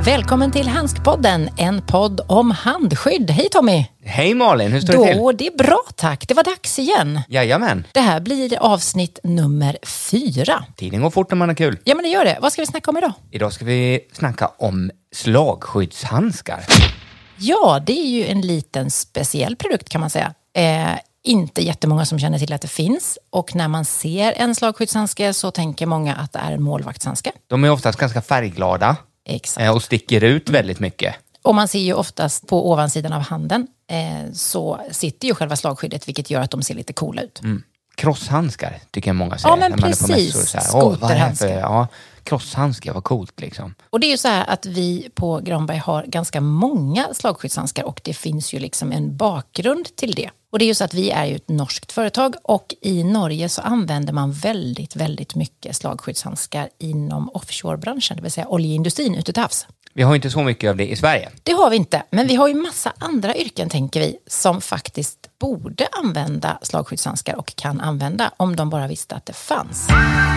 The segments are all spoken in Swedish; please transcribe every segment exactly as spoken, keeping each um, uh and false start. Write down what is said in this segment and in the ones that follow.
Välkommen till Handskpodden, en podd om handskydd. Hej Tommy! Hej Malin, hur står det till? Då, det är bra tack, det var dags igen. Jajamän. Det här blir avsnitt nummer fyra. Tiden går fort när man har kul. Ja men det gör det. Vad ska vi snacka om idag? Idag ska vi snacka om slagskyddshandskar. Ja, det är ju en liten speciell produkt kan man säga. Eh, inte jättemånga som känner till att det finns. Och när man ser en slagskyddshandske så tänker många att det är en målvaktshandske. De är oftast ganska färgglada. Exakt. Och sticker ut väldigt mycket. Och man ser ju oftast på ovansidan av handen eh, så sitter ju själva slagskyddet, vilket gör att de ser lite coola ut. Mm. Crosshandskar tycker jag många säger. Ja men när man är på precis, mässor, så här, "Åh, vad är det här för-" skoterhandskar. Ja, crosshandskar, vad coolt liksom. Och det är ju så här att vi på Granberg har ganska många slagskyddshandskar och det finns ju liksom en bakgrund till det. Och det är ju så att vi är ju ett norskt företag och i Norge så använder man väldigt, väldigt mycket slagskyddshandskar inom offshorebranschen, det vill säga oljeindustrin ute till havs. Vi har inte så mycket av det i Sverige. Det har vi inte, men vi har ju massa andra yrken tänker vi som faktiskt borde använda slagskyddshandskar och kan använda om de bara visste att det fanns.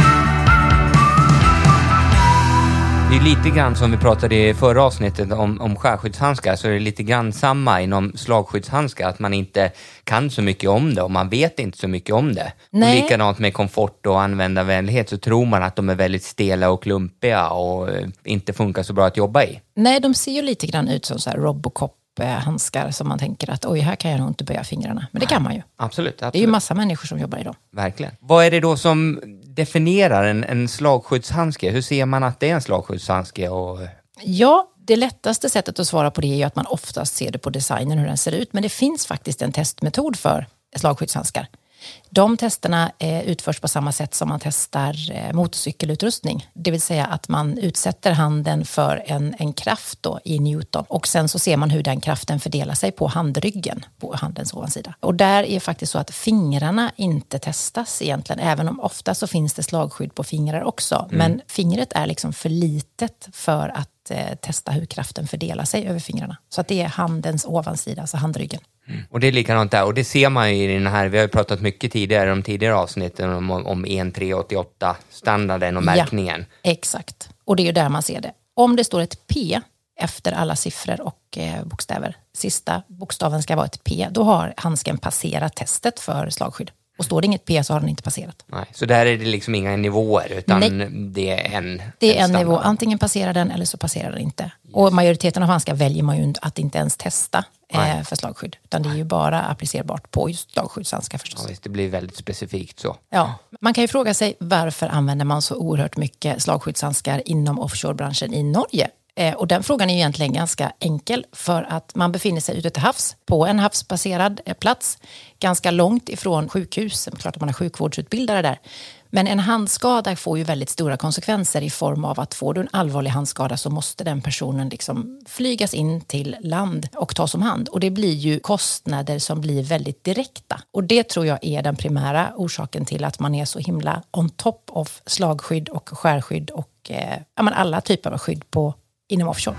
Det är lite grann som vi pratade i förra avsnittet om, om skärskyddshandskar, så är det lite grann samma inom slagskyddshandskar, att man inte kan så mycket om det och man vet inte så mycket om det. Nej. Och likadant med komfort och användarvänlighet så tror man att de är väldigt stela och klumpiga och eh, inte funkar så bra att jobba i. Nej, de ser ju lite grann ut som så här Robocop-handskar som man tänker att oj, här kan jag nog inte böja fingrarna. Men det kan man ju. Absolut, absolut. Det är ju massa människor som jobbar i dem. Verkligen. Vad är det då som definierar en, en slagskyddshandske? Hur ser man att det är en slagskyddshandske? Och... Ja, det lättaste sättet att svara på det är ju att man oftast ser det på designen hur den ser ut. Men det finns faktiskt en testmetod för slagskyddshandskar. De testerna eh, utförs på samma sätt som man testar eh, motorcykelutrustning. Det vill säga att man utsätter handen för en, en kraft då, i Newton. Och sen så ser man hur den kraften fördelar sig på handryggen, på handens ovansida. Och där är faktiskt så att fingrarna inte testas egentligen. Även om ofta så finns det slagskydd på fingrar också. Mm. Men fingret är liksom för litet för att eh, testa hur kraften fördelar sig över fingrarna. Så att det är handens ovansida, alltså handryggen. Mm. Och det är likadant där, och det ser man ju i den här, vi har ju pratat mycket tidigare om tidigare avsnitten om, om E N tre åttioåtta standarden och märkningen. Ja, exakt. Och det är ju där man ser det. Om det står ett P efter alla siffror och eh, bokstäver, sista bokstaven ska vara ett P, då har handsken passerat testet för slagskydd. Och står det inget P så har den inte passerat. Nej, så där är det liksom inga nivåer utan Nej. det är en Det är en, en nivå, antingen passerar den eller så passerar den inte. Yes. Och majoriteten av handskar väljer man ju att inte ens testa eh, för slagskydd. Utan det är ju bara applicerbart på just slagskyddshandskar förstås. Ja, visst, det blir väldigt specifikt så. Ja, man kan ju fråga sig varför använder man så oerhört mycket slagskyddshandskar inom offshorebranschen i Norge? Och den frågan är ju egentligen ganska enkel för att man befinner sig ute till havs på en havsbaserad plats ganska långt ifrån sjukhus. Klart att man är sjukvårdsutbildare där. Men en handskada får ju väldigt stora konsekvenser i form av att får du en allvarlig handskada så måste den personen liksom flygas in till land och tas om hand. Och det blir ju kostnader som blir väldigt direkta. Och det tror jag är den primära orsaken till att man är så himla on top of slagskydd och skärskydd och eh, ja, men alla typer av skydd på inom offshore.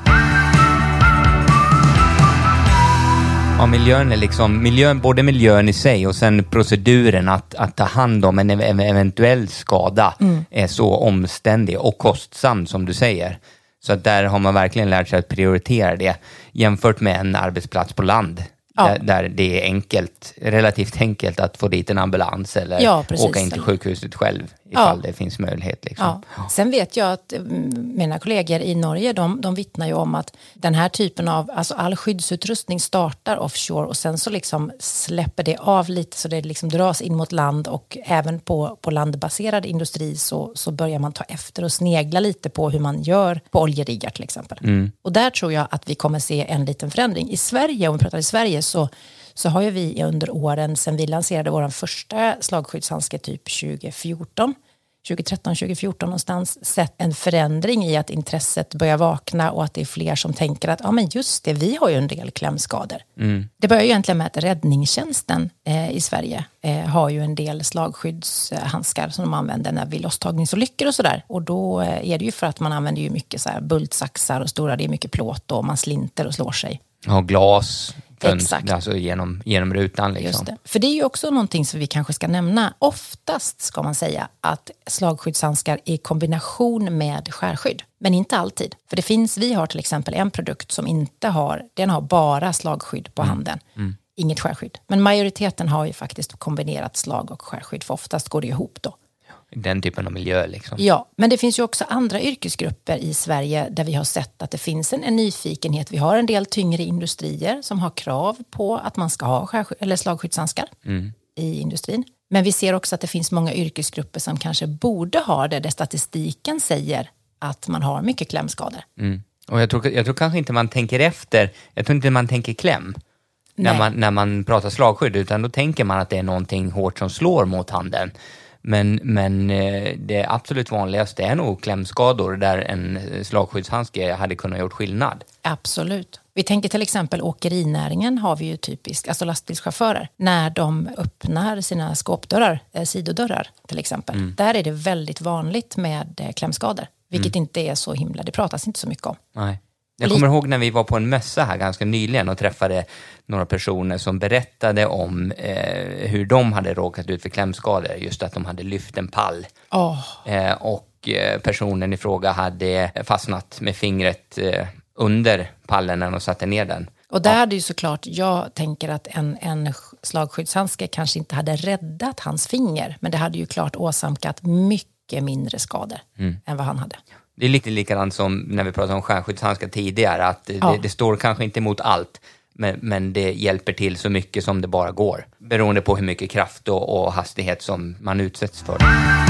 Ja, miljön är liksom, miljön, både miljön i sig och sen proceduren att, att ta hand om en ev- eventuell skada mm. är så omständig och kostsam som du säger. Så att där har man verkligen lärt sig att prioritera det jämfört med en arbetsplats på land. Ja. Där, där det är enkelt, relativt enkelt att få dit en ambulans eller ja, åka in till sjukhuset själv ifall ja. det finns möjlighet. Liksom. Ja. Sen vet jag att mina kollegor i Norge, de, de vittnar ju om att den här typen av, alltså all skyddsutrustning startar offshore och sen så liksom släpper det av lite så det liksom dras in mot land och även på, på landbaserad industri så, så börjar man ta efter och snegla lite på hur man gör på oljeriggar till exempel. Mm. Och där tror jag att vi kommer se en liten förändring. I Sverige, om vi pratar i Sverige så så har ju vi under åren sedan vi lanserade vår första slagskyddshandske typ tjugo fjorton, tjugo tretton tjugo fjorton någonstans sett en förändring i att intresset börjar vakna och att det är fler som tänker att ja men just det, vi har ju en del klämskador. Mm. Det börjar ju egentligen med att räddningstjänsten eh, i Sverige eh, har ju en del slagskyddshandskar som de använder när vid losstagningsolyckor och sådär. Och då eh, är det ju för att man använder ju mycket så här bultsaxar och stora, det är mycket plåt och man slinter och slår sig. Ja, glas fönster, alltså genom, genom rutan. Liksom. Just det. För det är ju också någonting som vi kanske ska nämna. Oftast ska man säga att slagskyddshandskar är i kombination med skärskydd. Men inte alltid. För det finns, vi har till exempel en produkt som inte har, den har bara slagskydd på mm. handen. Mm. Inget skärskydd. Men majoriteten har ju faktiskt kombinerat slag och skärskydd. För oftast går det ihop då. Den typen av miljö liksom. Ja, men det finns ju också andra yrkesgrupper i Sverige där vi har sett att det finns en, en nyfikenhet. Vi har en del tyngre industrier som har krav på att man ska ha skärskydd, eller slagskyddshandskar mm. i industrin. Men vi ser också att det finns många yrkesgrupper som kanske borde ha det, där statistiken säger att man har mycket klämskador. Mm. Och jag tror, jag tror kanske inte man tänker efter, jag tror inte man tänker kläm när man, när man pratar slagskydd, utan då tänker man att det är någonting hårt som slår mot handen. Men, men det absolut vanligaste är nog klämskador där en slagskyddshandske hade kunnat gjort skillnad. Absolut. Vi tänker till exempel åkerinäringen har vi ju typiskt, alltså lastbilschaufförer. När de öppnar sina skåpdörrar, eh, sidodörrar till exempel. Mm. Där är det väldigt vanligt med eh, klämskador. Vilket mm. inte är så himla, det pratas inte så mycket om. Nej. Jag kommer ihåg när vi var på en mässa här ganska nyligen och träffade några personer som berättade om eh, hur de hade råkat ut för klämskador. Just att de hade lyft en pall. Oh. Eh, och eh, personen i fråga hade fastnat med fingret eh, under pallen när de satte ner den. Och där hade ju såklart, jag tänker att en, en slagskyddshandske kanske inte hade räddat hans finger. Men det hade ju klart åsamkat mycket mindre skador mm. än vad han hade. Det är lite likadant som när vi pratade om skärskyddshandskar tidigare. Att det, ja. det står kanske inte emot allt. Men, men det hjälper till så mycket som det bara går. Beroende på hur mycket kraft och, och hastighet som man utsätts för.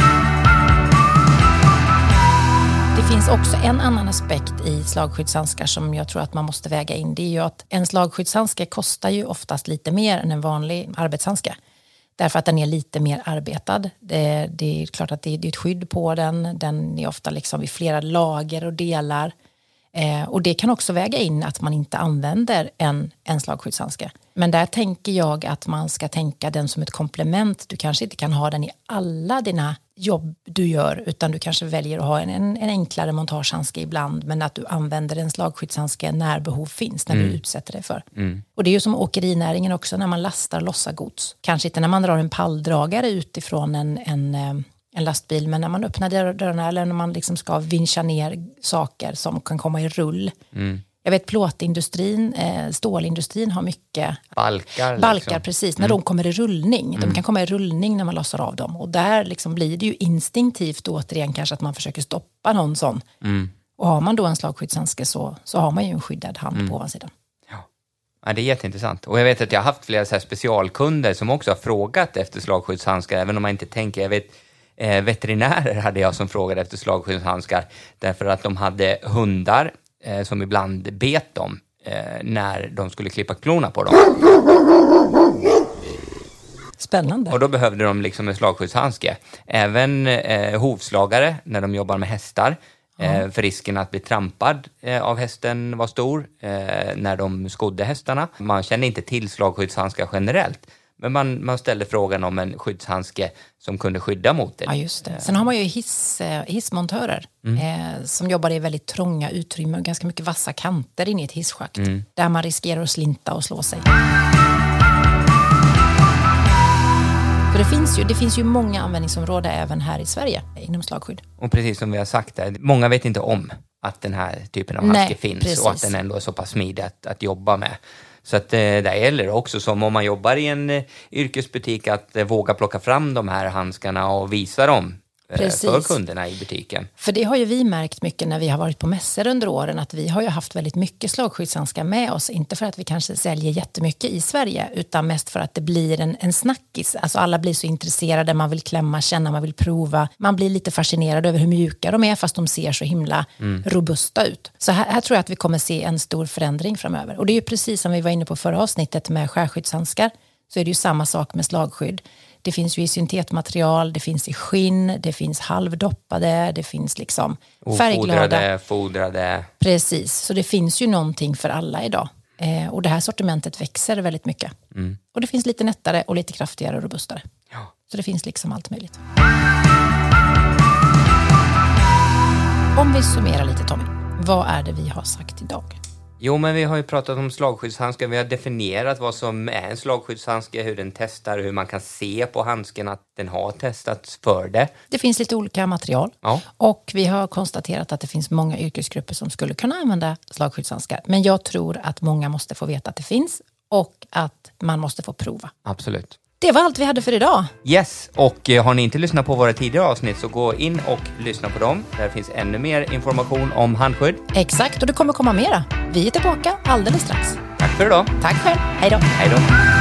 Det finns också en annan aspekt i slagskyddshandskar som jag tror att man måste väga in. Det är ju att en slagskyddshandske kostar ju oftast lite mer än en vanlig arbetshandske. Därför att den är lite mer arbetad. Det, det är klart att det är, det är ett skydd på den. Den är ofta liksom i flera lager och delar. Eh, och det kan också väga in att man inte använder en, en slagskyddshandske. Men där tänker jag att man ska tänka den som ett komplement. Du kanske inte kan ha den i alla dina jobb du gör. Utan du kanske väljer att ha en, en, en enklare montagehandske ibland. Men att du använder en slagskyddshandske när behov finns. När mm. du utsätter dig för. Mm. Och det är ju som åkerinäringen också när man lastar och lossar gods. Kanske inte när man drar en palldragare utifrån en... en en lastbil, men när man öppnar dörrarna eller när man liksom ska vincha ner saker som kan komma i rull. Mm. Jag vet plåtindustrin, eh, stålindustrin har mycket balkar. Balkar, liksom. precis. När mm. de kommer i rullning. Mm. De kan komma i rullning när man lossar av dem. Och där liksom blir det ju instinktivt återigen kanske att man försöker stoppa någon sån. Mm. Och har man då en slagskyddshandske så, så har man ju en skyddad hand mm. på ovansidan. Ja. Ja, det är jätteintressant. Och jag vet att jag har haft flera så här specialkunder som också har frågat efter slagskyddshandskar, även om man inte tänker, jag vet Eh, veterinärer hade jag som frågade efter slagskyddshandskar därför att de hade hundar eh, som ibland bet dem eh, när de skulle klippa klorna på dem. Spännande. Och då behövde de liksom en slagskyddshandske. Även eh, hovslagare när de jobbar med hästar. Eh, för risken att bli trampad eh, av hästen var stor eh, när de skodde hästarna. Man kände inte till slagskyddshandskar generellt. Men man, man ställde frågan om en skyddshandske som kunde skydda mot det. Ja, just det. Sen har man ju hiss, hissmontörer mm. eh, som jobbar i väldigt trånga utrymmen och ganska mycket vassa kanter in i ett hisschakt. Mm. Där man riskerar att slinta och slå sig. För det finns ju, det finns ju många användningsområden även här i Sverige inom slagskydd. Och precis som vi har sagt där, många vet inte om att den här typen av handske finns. Precis. Och att den ändå är så pass smidig att, att jobba med. Så att eh, det gäller också som om man jobbar i en eh, yrkesbutik att eh, våga plocka fram de här handskarna och visa dem eh, för kunderna i butiken. För det har ju vi märkt mycket när vi har varit på mässor under åren att vi har ju haft väldigt mycket slagskyddshandskar med oss. Inte för att vi kanske säljer jättemycket i Sverige utan mest för att det blir en, en snackis. Alltså alla blir så intresserade, man vill klämma, känna, man vill prova. Man blir lite fascinerad över hur mjuka de är fast de ser så himla mm. robusta ut. Så här, här tror jag att vi kommer se en stor förändring framöver. Och det är ju precis som vi var inne på förra avsnittet med skärskyddshandskar så är det ju samma sak med slagskydd. Det finns ju i syntetmaterial, det finns i skinn, det finns halvdoppade, det finns liksom färgglada. Ofodrade, fodrade. Precis, så det finns ju någonting för alla idag. Eh, och det här sortimentet växer väldigt mycket. Mm. Och det finns lite nättare och lite kraftigare och robustare. Ja. Så det finns liksom allt möjligt. Om vi summerar lite Tommy, vad är det vi har sagt idag? Jo, men vi har ju pratat om slagskyddshandskar. Vi har definierat vad som är en slagskyddshandske, hur den testar, hur man kan se på handsken att den har testats för det. Det finns lite olika material. Ja. Och vi har konstaterat att det finns många yrkesgrupper som skulle kunna använda slagskyddshandskar. Men jag tror att många måste få veta att det finns och att man måste få prova. Absolut. Det var allt vi hade för idag. Yes, och eh, har ni inte lyssnat på våra tidigare avsnitt så gå in och lyssna på dem. Där finns ännu mer information om handskydd. Exakt, och det kommer komma mera. Vi är tillbaka alldeles strax. Tack för idag. Tack själv. Hej då. Hej då.